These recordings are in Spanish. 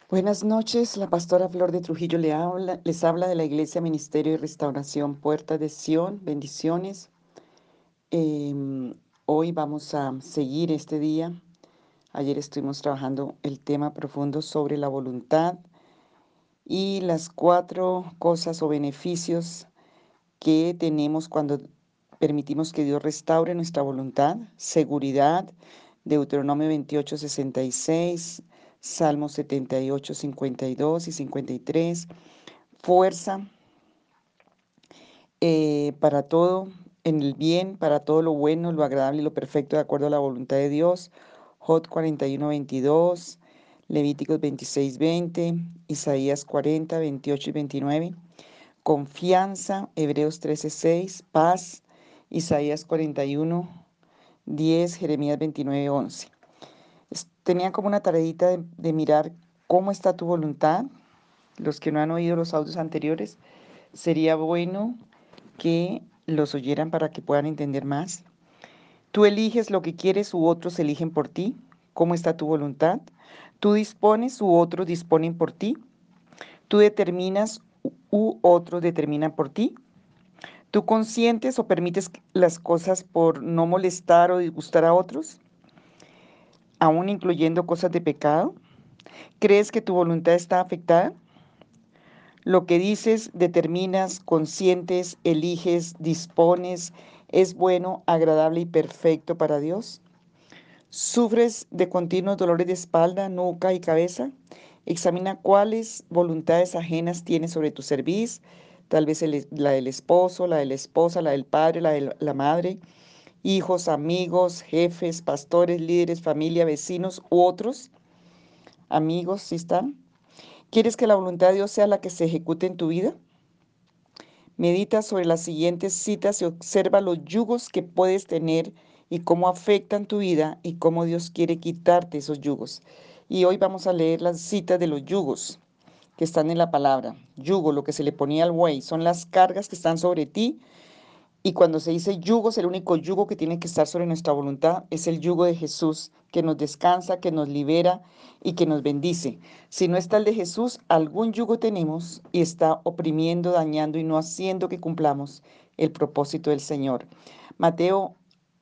Buenas noches, la pastora Flor de Trujillo les habla de la Iglesia Ministerio y Restauración Puerta de Sión. Bendiciones. Hoy vamos a seguir este día. Ayer estuvimos trabajando el tema profundo sobre la voluntad y las 4 cosas o beneficios que tenemos cuando permitimos que Dios restaure nuestra voluntad. Seguridad, Deuteronomio 28:66, Salmos 78, 52 y 53. Fuerza para todo, en el bien, para todo lo bueno, lo agradable y lo perfecto, de acuerdo a la voluntad de Dios. Jod 41:22, Levíticos 26:20, Isaías 40:28 y 29. Confianza, Hebreos 13:6, paz, Isaías 41:10, Jeremías 29:11. Tenía como una tareita de mirar cómo está tu voluntad. Los que no han oído los audios anteriores, sería bueno que los oyeran para que puedan entender más. Tú eliges lo que quieres u otros eligen por ti. ¿Cómo está tu voluntad? Tú dispones u otros disponen por ti. Tú determinas u otros determinan por ti. ¿Tú consientes o permites las cosas por no molestar o disgustar a otros, aún incluyendo cosas de pecado? ¿Crees que tu voluntad está afectada? Lo que dices, determinas, consientes, eliges, dispones, es bueno, agradable y perfecto para Dios. ¿Sufres de continuos dolores de espalda, nuca y cabeza? Examina cuáles voluntades ajenas tienes sobre tu cerviz, tal vez la del esposo, la de la esposa, la del padre, la de la madre, hijos, amigos, jefes, pastores, líderes, familia, vecinos u otros amigos, ¿sí están? ¿Quieres que la voluntad de Dios sea la que se ejecute en tu vida? Medita sobre las siguientes citas y observa los yugos que puedes tener y cómo afectan tu vida y cómo Dios quiere quitarte esos yugos. Y hoy vamos a leer las citas de los yugos que están en la palabra. Yugo, lo que se le ponía al buey, son las cargas que están sobre ti, y cuando se dice yugo, es el único yugo que tiene que estar sobre nuestra voluntad, es el yugo de Jesús, que nos descansa, que nos libera y que nos bendice. Si no está el de Jesús, algún yugo tenemos y está oprimiendo, dañando y no haciendo que cumplamos el propósito del Señor. Mateo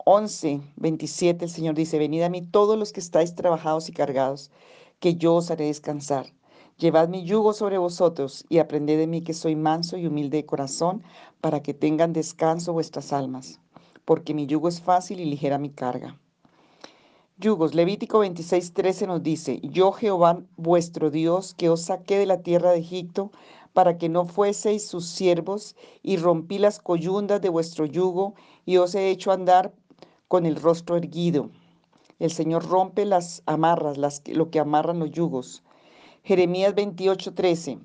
11:27, el Señor dice: venid a mí todos los que estáis trabajados y cargados, que yo os haré descansar. Llevad mi yugo sobre vosotros y aprended de mí, que soy manso y humilde de corazón, para que tengan descanso vuestras almas, porque mi yugo es fácil y ligera mi carga. Yugos, Levítico 26:13 nos dice: yo Jehová vuestro Dios, que os saqué de la tierra de Egipto, para que no fueseis sus siervos, y rompí las coyundas de vuestro yugo, y os he hecho andar con el rostro erguido. El Señor rompe las amarras, lo que amarran los yugos. Jeremías 28:13.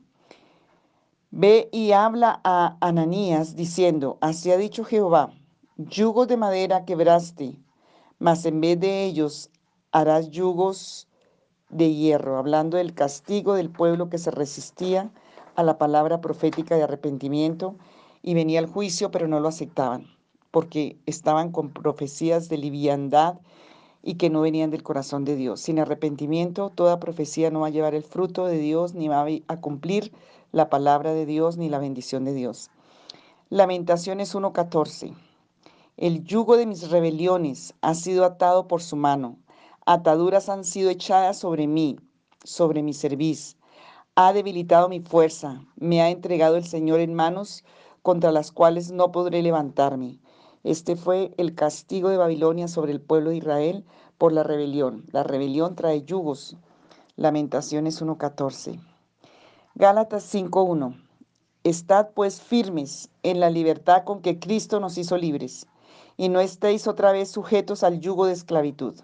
Ve y habla a Ananías diciendo: así ha dicho Jehová, yugos de madera quebraste, mas en vez de ellos harás yugos de hierro, hablando del castigo del pueblo que se resistía a la palabra profética de arrepentimiento, y venía el juicio, pero no lo aceptaban, porque estaban con profecías de liviandad y que no venían del corazón de Dios. Sin arrepentimiento, toda profecía no va a llevar el fruto de Dios, ni va a cumplir la palabra de Dios, ni la bendición de Dios. Lamentaciones 1:14. El yugo de mis rebeliones ha sido atado por su mano. Ataduras han sido echadas sobre mi cerviz. Ha debilitado mi fuerza. Me ha entregado el Señor en manos contra las cuales no podré levantarme. Este fue el castigo de Babilonia sobre el pueblo de Israel por la rebelión. La rebelión trae yugos. Lamentaciones 1:14. Gálatas 5:1. Estad pues firmes en la libertad con que Cristo nos hizo libres, y no estéis otra vez sujetos al yugo de esclavitud.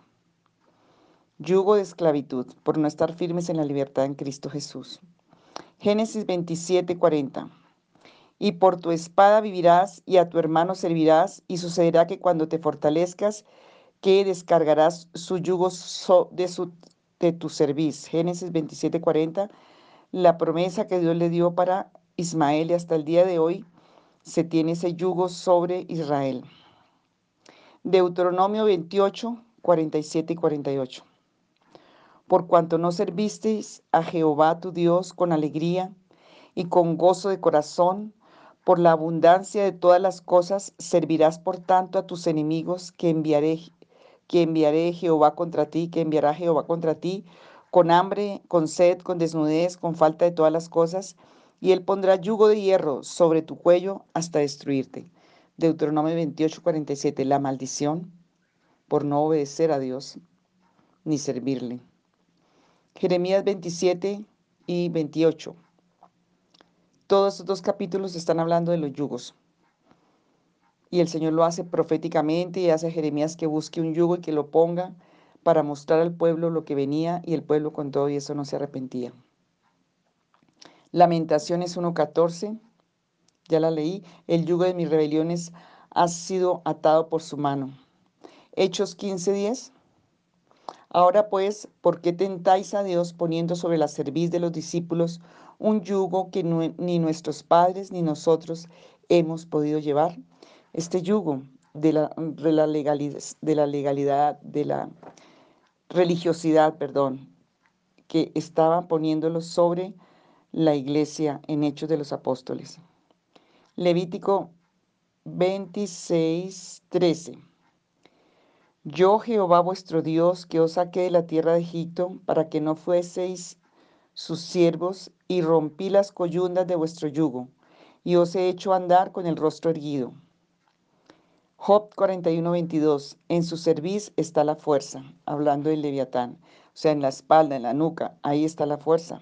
Yugo de esclavitud, por no estar firmes en la libertad en Cristo Jesús. Génesis 27:40. Y por tu espada vivirás y a tu hermano servirás, y sucederá que cuando te fortalezcas, que descargarás su yugo de tu cerviz. Génesis 27:40. La promesa que Dios le dio para Ismael, y hasta el día de hoy se tiene ese yugo sobre Israel. Deuteronomio 28:47 y 48. por cuanto no servisteis a Jehová tu Dios con alegría y con gozo de corazón, por la abundancia de todas las cosas servirás por tanto a tus enemigos que enviaré Jehová contra ti, que enviará Jehová contra ti, con hambre, con sed, con desnudez, con falta de todas las cosas, y él pondrá yugo de hierro sobre tu cuello hasta destruirte. Deuteronomio 28:47, la maldición por no obedecer a Dios ni servirle. Jeremías 27 y 28. Todos estos dos capítulos están hablando de los yugos. Y el Señor lo hace proféticamente y hace a Jeremías que busque un yugo y que lo ponga para mostrar al pueblo lo que venía, y el pueblo con todo y eso no se arrepentía. Lamentaciones 1:14, ya la leí. El yugo de mis rebeliones ha sido atado por su mano. Hechos 15:10. Ahora pues, ¿por qué tentáis a Dios poniendo sobre la cerviz de los discípulos un yugo que ni nuestros padres ni nosotros hemos podido llevar? Este yugo de la religiosidad, perdón, que estaba poniéndolo sobre la iglesia en Hechos de los Apóstoles. Levítico 26:13. Yo, Jehová vuestro Dios, que os saqué de la tierra de Egipto, para que no fueseis sus siervos, y rompí las coyundas de vuestro yugo, y os he hecho andar con el rostro erguido. Job 41:22. En su cerviz está la fuerza, hablando del Leviatán, o sea, en la espalda, en la nuca, ahí está la fuerza.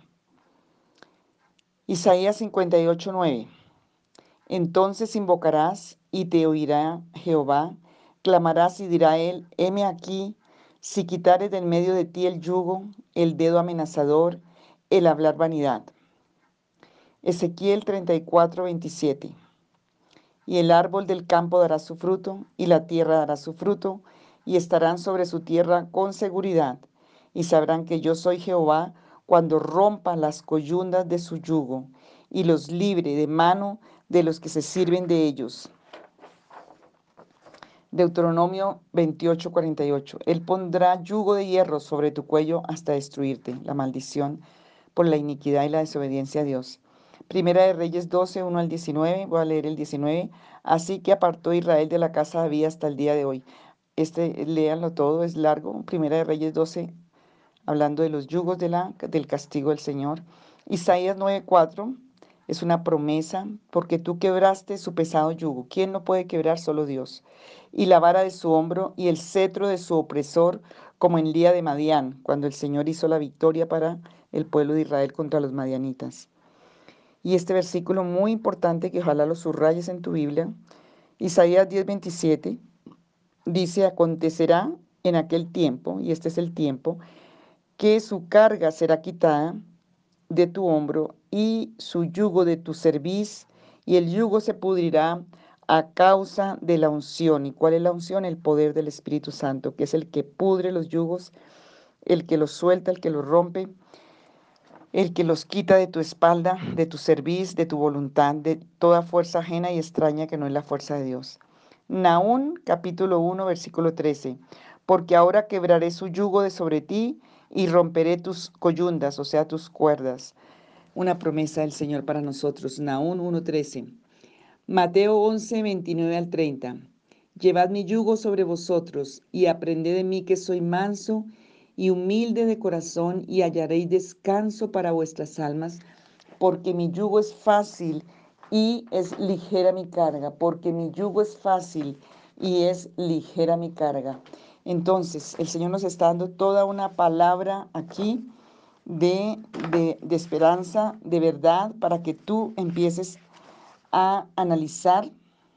Isaías 58:9. Entonces invocarás y te oirá Jehová, clamarás y dirá él, heme aquí, si quitares del medio de ti el yugo, el dedo amenazador, el hablar vanidad. Ezequiel 34:27. Y el árbol del campo dará su fruto, y la tierra dará su fruto, y estarán sobre su tierra con seguridad, y sabrán que yo soy Jehová cuando rompa las coyundas de su yugo, y los libre de mano de los que se sirven de ellos. Deuteronomio 28:48. Él pondrá yugo de hierro sobre tu cuello hasta destruirte, la maldición por la iniquidad y la desobediencia a Dios. Primera de Reyes 12:1 al 19, voy a leer el 19. Así que apartó Israel de la casa de David hasta el día de hoy. Léanlo todo, es largo. Primera de Reyes 12, hablando de los yugos del castigo del Señor. Isaías 9:4 es una promesa, porque tú quebraste su pesado yugo. ¿Quién no puede quebrar? Solo Dios. Y la vara de su hombro y el cetro de su opresor, como en el día de Madián, cuando el Señor hizo la victoria para el pueblo de Israel contra los madianitas. Y este versículo muy importante, que ojalá lo subrayes en tu Biblia, Isaías 10:27, dice, acontecerá en aquel tiempo, y este es el tiempo, que su carga será quitada de tu hombro y su yugo de tu cerviz, y el yugo se pudrirá a causa de la unción. ¿Y cuál es la unción? El poder del Espíritu Santo, que es el que pudre los yugos, el que los suelta, el que los rompe, el que los quita de tu espalda, de tu cerviz, de tu voluntad, de toda fuerza ajena y extraña que no es la fuerza de Dios. Nahum capítulo 1 versículo 13. Porque ahora quebraré su yugo de sobre ti y romperé tus coyundas, o sea, tus cuerdas. Una promesa del Señor para nosotros. Nahum 1:13. Mateo 11:29 al 30. Llevad mi yugo sobre vosotros y aprended de mí, que soy manso y humilde de corazón, y hallaréis descanso para vuestras almas, porque mi yugo es fácil y es ligera mi carga, porque mi yugo es fácil y es ligera mi carga. Entonces, el Señor nos está dando toda una palabra aquí de esperanza, de verdad, para que tú empieces a analizar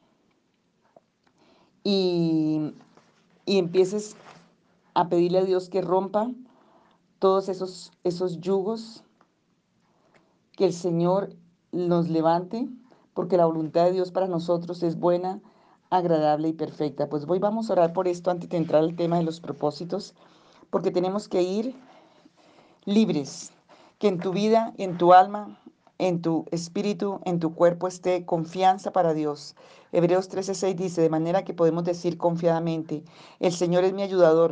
y, y empieces a pedirle a Dios que rompa todos esos yugos, que el Señor nos levante, porque la voluntad de Dios para nosotros es buena, agradable y perfecta. Pues vamos a orar por esto antes de entrar al tema de los propósitos, porque tenemos que ir libres, que en tu vida, en tu alma, en tu espíritu, en tu cuerpo esté confianza para Dios. Hebreos 13:6 dice, de manera que podemos decir confiadamente, el Señor es mi ayudador,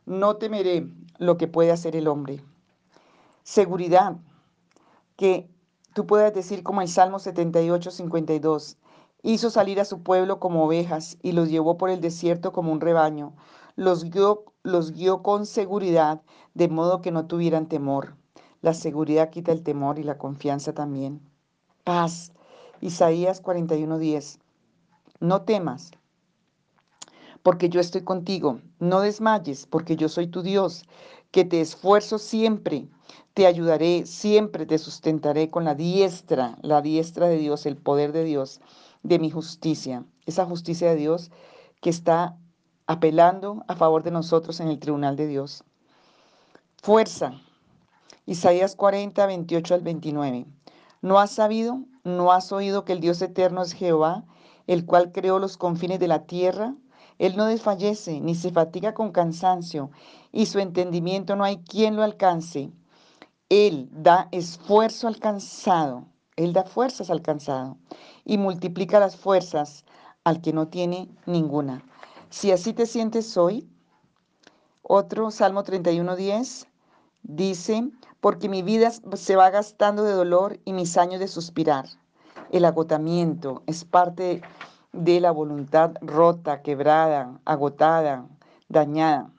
No temeré lo que puede hacer el hombre. Seguridad, que tú puedas decir como el Salmo 78:52, hizo salir a su pueblo como ovejas y los llevó por el desierto como un rebaño. Los guió con seguridad, de modo que no tuvieran temor. La seguridad quita el temor y la confianza también. Paz. Isaías 41:10. No temas, porque yo estoy contigo. No desmayes, porque yo soy tu Dios, que te esfuerzo siempre. Te ayudaré, siempre te sustentaré con la diestra de Dios, el poder de Dios, de mi justicia. Esa justicia de Dios que está apelando a favor de nosotros en el tribunal de Dios. Fuerza. Isaías 40:28 al 29. ¿No has sabido, no has oído que el Dios eterno es Jehová, el cual creó los confines de la tierra? Él no desfallece, ni se fatiga con cansancio, y su entendimiento no hay quien lo alcance. Él da esfuerzo al cansado, Él da fuerzas al cansado, y multiplica las fuerzas al que no tiene ninguna. Si así te sientes hoy, otro, Salmo 31:10. Dice, porque mi vida se va gastando de dolor y mis años de suspirar. El agotamiento es parte de la voluntad rota, quebrada, agotada, dañada.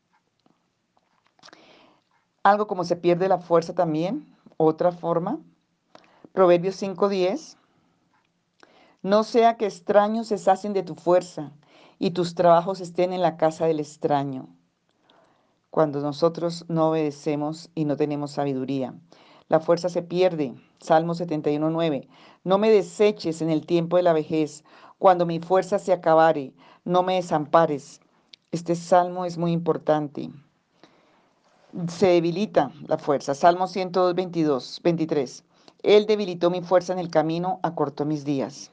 Algo como se pierde la fuerza también, otra forma. Proverbios 5:10. No sea que extraños se sacien de tu fuerza y tus trabajos estén en la casa del extraño. Cuando nosotros no obedecemos y no tenemos sabiduría. La fuerza se pierde. Salmo 71:9. No me deseches en el tiempo de la vejez, cuando mi fuerza se acabare, no me desampares. Este salmo es muy importante. Se debilita la fuerza. Salmo 102:23. Él debilitó mi fuerza en el camino, acortó mis días.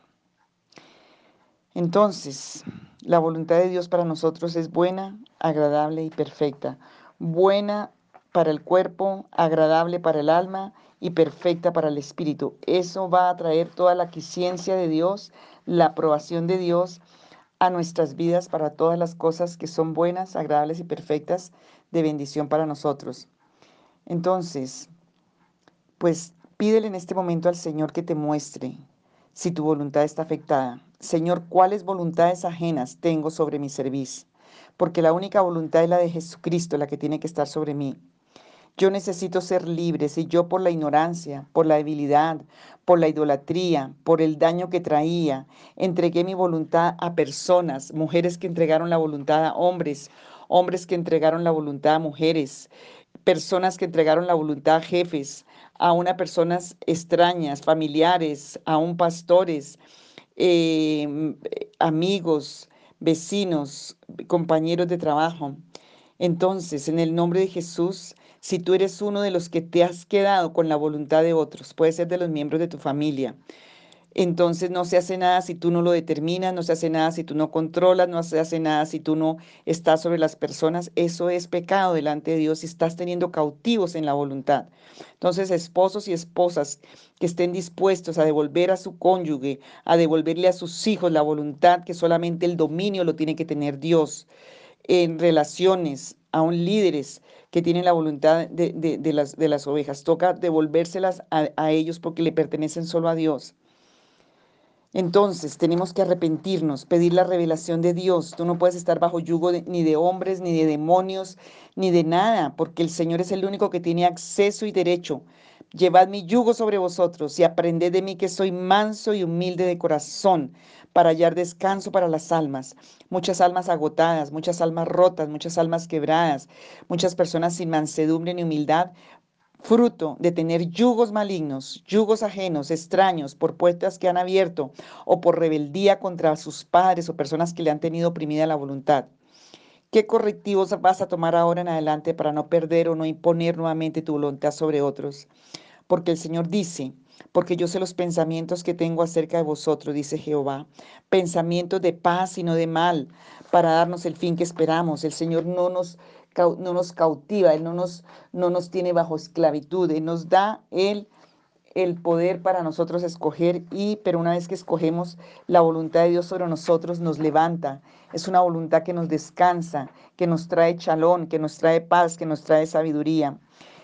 Entonces, la voluntad de Dios para nosotros es buena, agradable y perfecta. Buena para el cuerpo, agradable para el alma y perfecta para el espíritu. Eso va a traer toda la quiciencia de Dios, la aprobación de Dios a nuestras vidas para todas las cosas que son buenas, agradables y perfectas de bendición para nosotros. Entonces, pues pídele en este momento al Señor que te muestre si tu voluntad está afectada. Señor, ¿cuáles voluntades ajenas tengo sobre mi cerviz? Porque la única voluntad es la de Jesucristo, la que tiene que estar sobre mí. Yo necesito ser libre si yo por la ignorancia, por la debilidad, por la idolatría, por el daño que traía, entregué mi voluntad a personas, mujeres que entregaron la voluntad a hombres, hombres que entregaron la voluntad a mujeres, personas que entregaron la voluntad a jefes, a unas personas extrañas, familiares, aún pastores, amigos, vecinos, compañeros de trabajo. Entonces, en el nombre de Jesús, si tú eres uno de los que te has quedado con la voluntad de otros, puede ser de los miembros de tu familia, entonces no se hace nada si tú no lo determinas, no se hace nada si tú no controlas, no se hace nada si tú no estás sobre las personas. Eso es pecado delante de Dios si estás teniendo cautivos en la voluntad. Entonces, esposos y esposas que estén dispuestos a devolver a su cónyuge, a devolverle a sus hijos la voluntad, que solamente el dominio lo tiene que tener Dios en relaciones, aún líderes que tienen la voluntad de las ovejas. Toca devolvérselas a ellos porque le pertenecen solo a Dios. Entonces tenemos que arrepentirnos, pedir la revelación de Dios. Tú no puedes estar bajo yugo ni de hombres, ni de demonios, ni de nada, porque el Señor es el único que tiene acceso y derecho. Llevad mi yugo sobre vosotros y aprended de mí que soy manso y humilde de corazón, para hallar descanso para las almas. Muchas almas agotadas, muchas almas rotas, muchas almas quebradas, muchas personas sin mansedumbre ni humildad, fruto de tener yugos malignos, yugos ajenos, extraños, por puertas que han abierto o por rebeldía contra sus padres o personas que le han tenido oprimida la voluntad. ¿Qué correctivos vas a tomar ahora en adelante para no perder o no imponer nuevamente tu voluntad sobre otros? Porque el Señor dice, porque yo sé los pensamientos que tengo acerca de vosotros, dice Jehová, pensamientos de paz y no de mal, para darnos el fin que esperamos. El Señor no nos cautiva, Él no nos tiene bajo esclavitud, Él nos da el poder para nosotros escoger pero una vez que escogemos la voluntad de Dios sobre nosotros nos levanta. Es una voluntad que nos descansa, que nos trae chalón, que nos trae paz, que nos trae sabiduría.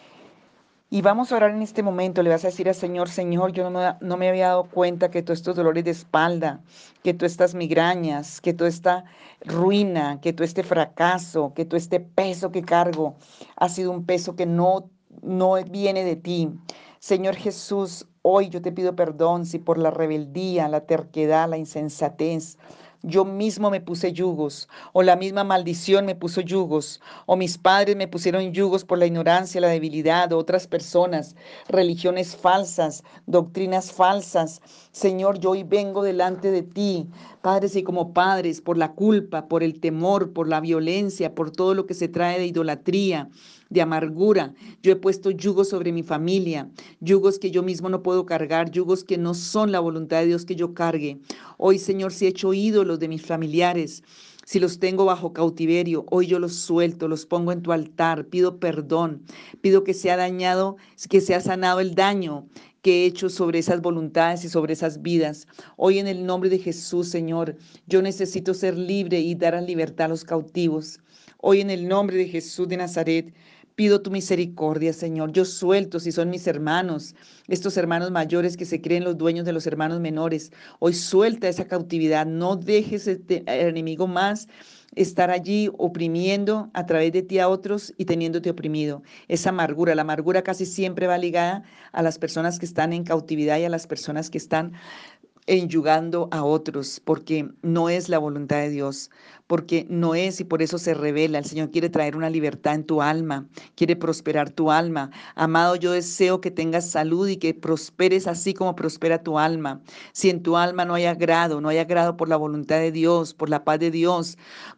Y vamos a orar en este momento, le vas a decir al Señor, Señor, yo no me había dado cuenta que todos estos dolores de espalda, que todas estas migrañas, que toda esta ruina, que todo este fracaso, que todo este peso que cargo, ha sido un peso que no viene de ti. Señor Jesús, hoy yo te pido perdón si por la rebeldía, la terquedad, la insensatez, yo mismo me puse yugos, o la misma maldición me puso yugos, o mis padres me pusieron yugos por la ignorancia, la debilidad, o otras personas, religiones falsas, doctrinas falsas. Señor, yo hoy vengo delante de ti, padres y como padres, por la culpa, por el temor, por la violencia, por todo lo que se trae de idolatría, de amargura. Yo he puesto yugos sobre mi familia, yugos que yo mismo no puedo cargar, yugos que no son la voluntad de Dios que yo cargue. Hoy, Señor, si he hecho ídolos de mis familiares, si los tengo bajo cautiverio, hoy yo los suelto, los pongo en tu altar, pido perdón, pido que sea dañado, que sea sanado el daño que he hecho sobre esas voluntades y sobre esas vidas. Hoy en el nombre de Jesús, Señor, yo necesito ser libre y dar a libertad a los cautivos. Hoy en el nombre de Jesús de Nazaret, pido tu misericordia, Señor. Yo suelto si son mis hermanos, estos hermanos mayores que se creen los dueños de los hermanos menores. Hoy suelta esa cautividad. No dejes al enemigo más estar allí oprimiendo a través de ti a otros y teniéndote oprimido. Esa amargura, la amargura casi siempre va ligada a las personas que están en cautividad y a las personas que están enyugando a otros, porque no es la voluntad de Dios, porque no es y por eso se revela. El Señor quiere traer una libertad en tu alma, quiere prosperar tu alma. Amado, yo deseo que tengas salud y que prosperes así como prospera tu alma. Si en tu alma no hay agrado por la voluntad de Dios, por la paz de Dios,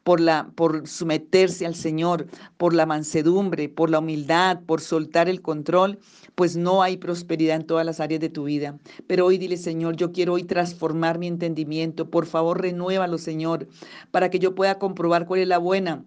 por someterse al Señor, por la mansedumbre, por la humildad, por soltar el control, pues no hay prosperidad en todas las áreas de tu vida. Pero hoy dile, Señor, yo quiero hoy transformar mi entendimiento. Por favor, renuévalo, Señor, para que yo pueda comprobar cuál es la buena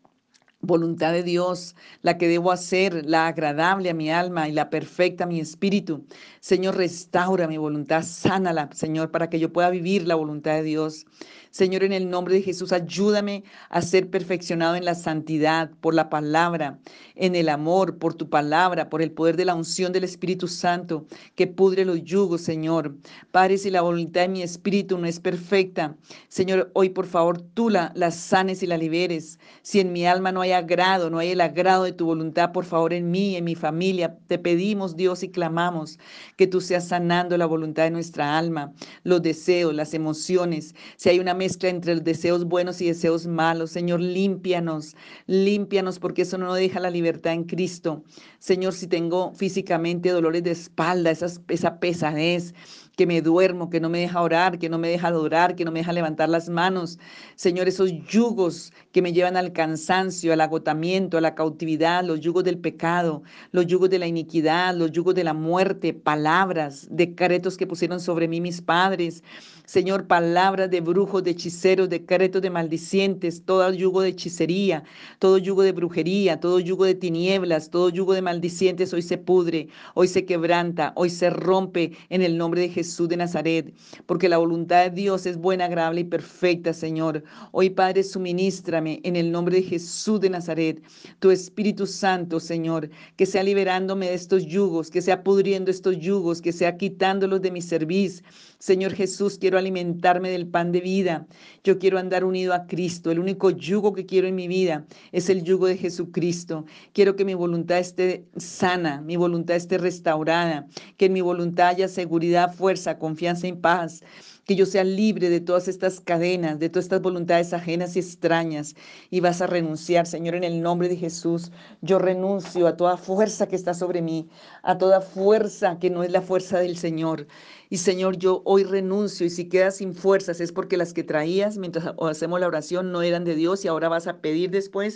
voluntad de Dios, la que debo hacer, la agradable a mi alma y la perfecta a mi espíritu. Señor, restaura mi voluntad, sánala, Señor, para que yo pueda vivir la voluntad de Dios. Señor, en el nombre de Jesús, ayúdame a ser perfeccionado en la santidad, por la palabra, en el amor, por tu palabra, por el poder de la unción del Espíritu Santo, que pudre los yugos, Señor. Padre, si la voluntad de mi espíritu no es perfecta, Señor, hoy por favor tú la sanes y la liberes. Si en mi alma no hay agrado, no hay el agrado de tu voluntad, por favor en mí, en mi familia, te pedimos, Dios, y clamamos que tú seas sanando la voluntad de nuestra alma, los deseos, las emociones. Si hay una mezcla entre los deseos buenos y deseos malos, Señor, límpianos, límpianos, porque eso no nos deja la libertad en Cristo. Señor, si tengo físicamente dolores de espalda, esa pesadez, que me duermo, que no me deja orar, que no me deja adorar, que no me deja levantar las manos. Señor, esos yugos que me llevan al cansancio, al agotamiento, a la cautividad, los yugos del pecado, los yugos de la iniquidad, los yugos de la muerte, palabras, decretos que pusieron sobre mí mis padres. Señor, palabras de brujos, de hechiceros, decretos de maldicientes, todo yugo de hechicería, todo yugo de brujería, todo yugo de tinieblas, todo yugo de maldicientes hoy se pudre, hoy se quebranta, hoy se rompe en el nombre de Jesús de Nazaret, porque la voluntad de Dios es buena, agradable y perfecta, Señor. Hoy, Padre, suministrame en el nombre de Jesús de Nazaret, tu Espíritu Santo, Señor, que sea liberándome de estos yugos, que sea pudriendo estos yugos, que sea quitándolos de mi cerviz. Señor Jesús, quiero alimentarme del pan de vida. Yo quiero andar unido a Cristo. El único yugo que quiero en mi vida es el yugo de Jesucristo. Quiero que mi voluntad esté sana, mi voluntad esté restaurada, que en mi voluntad haya seguridad, fuerza, confianza y paz. Que yo sea libre de todas estas cadenas, de todas estas voluntades ajenas y extrañas. Y vas a renunciar, Señor, en el nombre de Jesús. Yo renuncio a toda fuerza que está sobre mí, a toda fuerza que no es la fuerza del Señor. Y Señor, yo hoy renuncio y si quedas sin fuerzas es porque las que traías mientras hacemos la oración no eran de Dios y ahora vas a pedir después.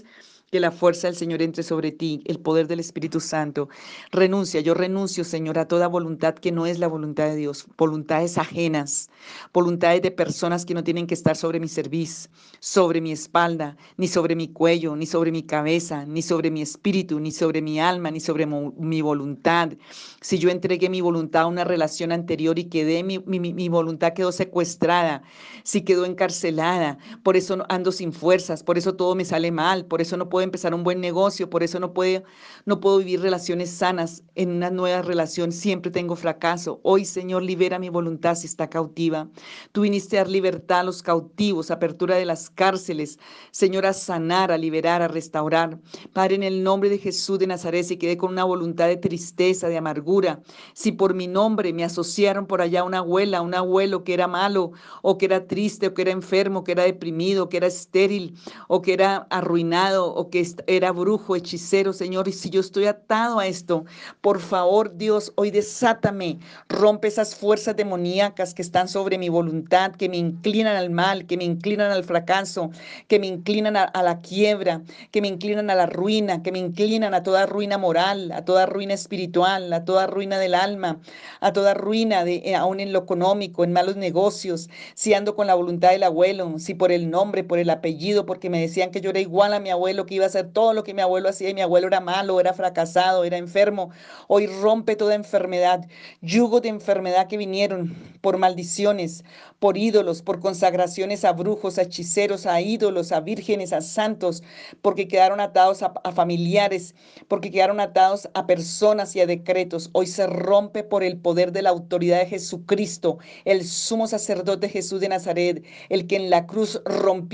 Que la fuerza del Señor entre sobre ti, el poder del Espíritu Santo. Renuncia, yo renuncio, Señor, a toda voluntad que no es la voluntad de Dios, voluntades ajenas, voluntades de personas que no tienen que estar sobre mi cerviz, sobre mi espalda, ni sobre mi cuello, ni sobre mi cabeza, ni sobre mi espíritu, ni sobre mi alma, ni sobre mi voluntad. Si yo entregué mi voluntad a una relación anterior y quedé, mi voluntad quedó secuestrada, si quedó encarcelada, por eso ando sin fuerzas, por eso todo me sale mal, por eso no puedo empezar un buen negocio, por eso no puedo vivir relaciones sanas. En una nueva relación siempre tengo fracaso. Hoy, Señor, libera mi voluntad si está cautiva. Tú viniste a dar libertad a los cautivos, apertura de las cárceles, Señor, a sanar, a liberar, a restaurar. Padre, en el nombre de Jesús de Nazaret, si quedé con una voluntad de tristeza, de amargura, si por mi nombre me asociaron por allá una abuela, un abuelo que era malo, o que era triste, o que era enfermo, que era deprimido, que era estéril, o que era arruinado, o que era brujo, hechicero, Señor. Y si yo estoy atado a esto, por favor, Dios, hoy desátame, rompe esas fuerzas demoníacas que están sobre mi voluntad, que me inclinan al mal, que me inclinan al fracaso, que me inclinan a la quiebra, que me inclinan a la ruina, que me inclinan a toda ruina moral, a toda ruina espiritual, a toda ruina del alma, a toda ruina aún en lo económico, en malos negocios, si ando con la voluntad del abuelo, si por el nombre, por el apellido, porque me decían que yo era igual a mi abuelo, que iba a hacer todo lo que mi abuelo hacía y mi abuelo era malo, era fracasado, era enfermo. Hoy rompe toda enfermedad, yugos de enfermedad que vinieron por maldiciones, por ídolos, por consagraciones a brujos, a hechiceros, a ídolos, a vírgenes, a santos, porque quedaron atados a familiares, porque quedaron atados a personas y a decretos. Hoy se rompe por el poder de la autoridad de Jesucristo, el sumo sacerdote Jesús de Nazaret, el que en la cruz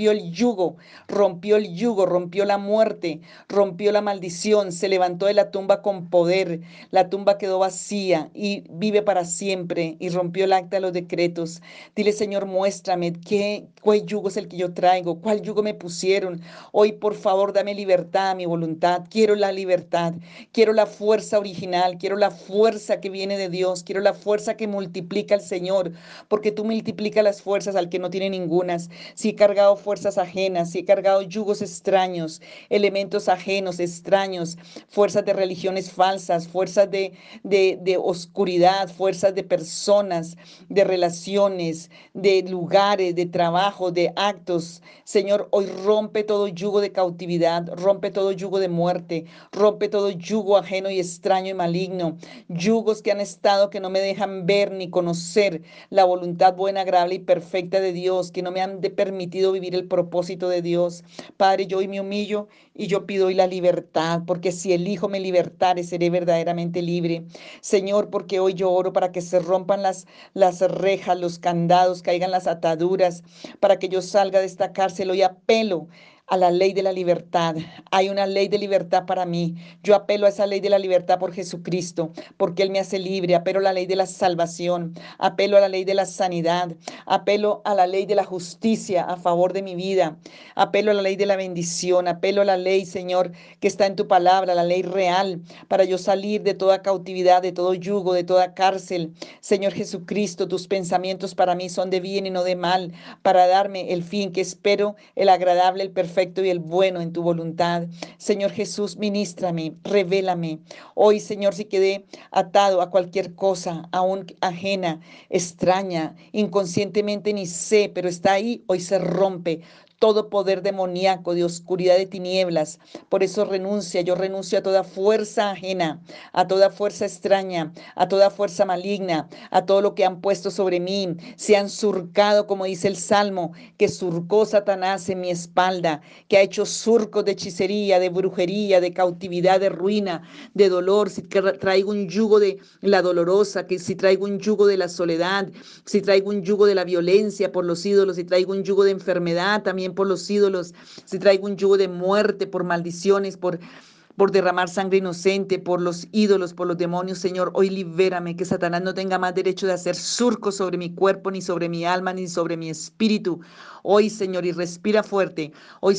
rompió el yugo, rompió la muerte, rompió la maldición, se levantó de la tumba con poder, la tumba quedó vacía y vive para siempre y rompió el acta de los decretos. Dile, Señor, muéstrame cuál yugo es el que yo traigo, cuál yugo me pusieron. Hoy, por favor, dame libertad a mi voluntad. Quiero la libertad, quiero la fuerza original, quiero la fuerza que viene de Dios, quiero la fuerza que multiplica el Señor, porque tú multiplicas las fuerzas al que no tiene ningunas. Si he cargado fuerzas ajenas, si he cargado yugos extraños, elementos ajenos, extraños, fuerzas de religiones falsas, fuerzas de oscuridad, fuerzas de personas, de relaciones, de lugares, de trabajo, de actos. Señor, hoy rompe todo yugo de cautividad, rompe todo yugo de muerte, rompe todo yugo ajeno y extraño y maligno, yugos que han estado que no me dejan ver ni conocer la voluntad buena, agradable y perfecta de Dios, que no me han permitido vivir el propósito de Dios. Padre, yo hoy me humillo y yo pido hoy la libertad, porque si el Hijo me libertare, seré verdaderamente libre. Señor, porque hoy yo oro para que se rompan las rejas, los candados, caigan las ataduras, para que yo salga de esta cárcel. Hoy apelo a la ley de la libertad. Hay una ley de libertad para mí. Yo apelo a esa ley de la libertad por Jesucristo, porque Él me hace libre. Apelo a la ley de la salvación, apelo a la ley de la sanidad, apelo a la ley de la justicia a favor de mi vida, apelo a la ley de la bendición, apelo a la ley, Señor, que está en tu palabra, la ley real, para yo salir de toda cautividad, de todo yugo, de toda cárcel. Señor Jesucristo, tus pensamientos para mí son de bien y no de mal, para darme el fin que espero, el agradable, el perfecto y el bueno en tu voluntad. Señor Jesús, ministrame, revélame. Hoy, Señor, si quedé atado a cualquier cosa, aún ajena, extraña, inconscientemente ni sé, pero está ahí, hoy se rompe todo poder demoníaco de oscuridad de tinieblas. Por eso yo renuncio a toda fuerza ajena, a toda fuerza extraña, a toda fuerza maligna, a todo lo que han puesto sobre mí. Se han surcado, como dice el Salmo, que surcó Satanás en mi espalda, que ha hecho surcos de hechicería, de brujería, de cautividad, de ruina, de dolor. Si traigo un yugo de la dolorosa, que si traigo un yugo de la soledad, si traigo un yugo de la violencia por los ídolos, si traigo un yugo de enfermedad también por los ídolos, si traigo un yugo de muerte por maldiciones, por derramar sangre inocente, por los ídolos, por los demonios, Señor, hoy libérame, que Satanás no tenga más derecho de hacer surcos sobre mi cuerpo, ni sobre mi alma, ni sobre mi espíritu. Hoy, Señor, y respira fuerte.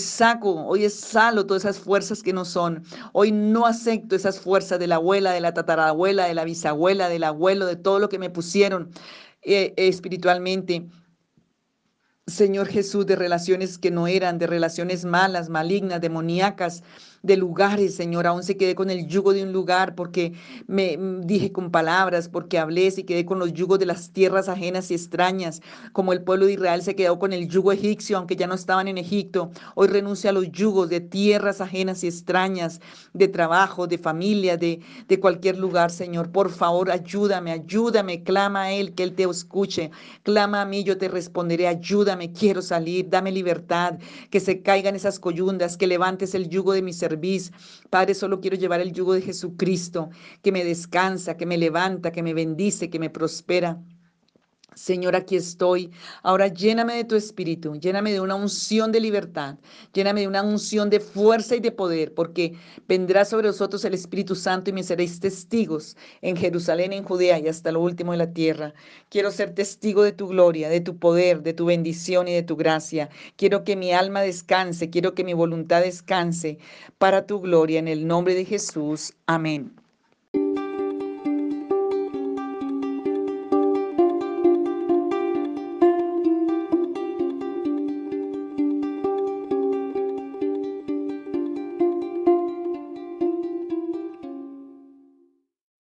Hoy exhalo todas esas fuerzas que no son. Hoy no acepto esas fuerzas de la abuela, de la tatarabuela, de la bisabuela, del abuelo, de todo lo que me pusieron espiritualmente Señor Jesús, de relaciones que no eran, de relaciones malas, malignas, demoníacas, de lugares, Señor. Aún se quedé con el yugo de un lugar porque dije con palabras, porque hablé, se quedé con los yugos de las tierras ajenas y extrañas, como el pueblo de Israel se quedó con el yugo egipcio, aunque ya no estaban en Egipto. Hoy renuncio a los yugos de tierras ajenas y extrañas, de trabajo, de familia, de cualquier lugar, Señor. Por favor, ayúdame, ayúdame, clama a Él, que Él te escuche. Clama a mí, yo te responderé, ayúdame, quiero salir, dame libertad, que se caigan esas coyundas, que levantes el yugo de mi cerviz. Padre, solo quiero llevar el yugo de Jesucristo, que me descansa, que me levanta, que me bendice, que me prospera. Señor, aquí estoy. Ahora lléname de tu espíritu, lléname de una unción de libertad, lléname de una unción de fuerza y de poder, porque vendrá sobre vosotros el Espíritu Santo y me seréis testigos en Jerusalén, en Judea y hasta lo último de la tierra. Quiero ser testigo de tu gloria, de tu poder, de tu bendición y de tu gracia. Quiero que mi alma descanse, quiero que mi voluntad descanse para tu gloria en el nombre de Jesús. Amén.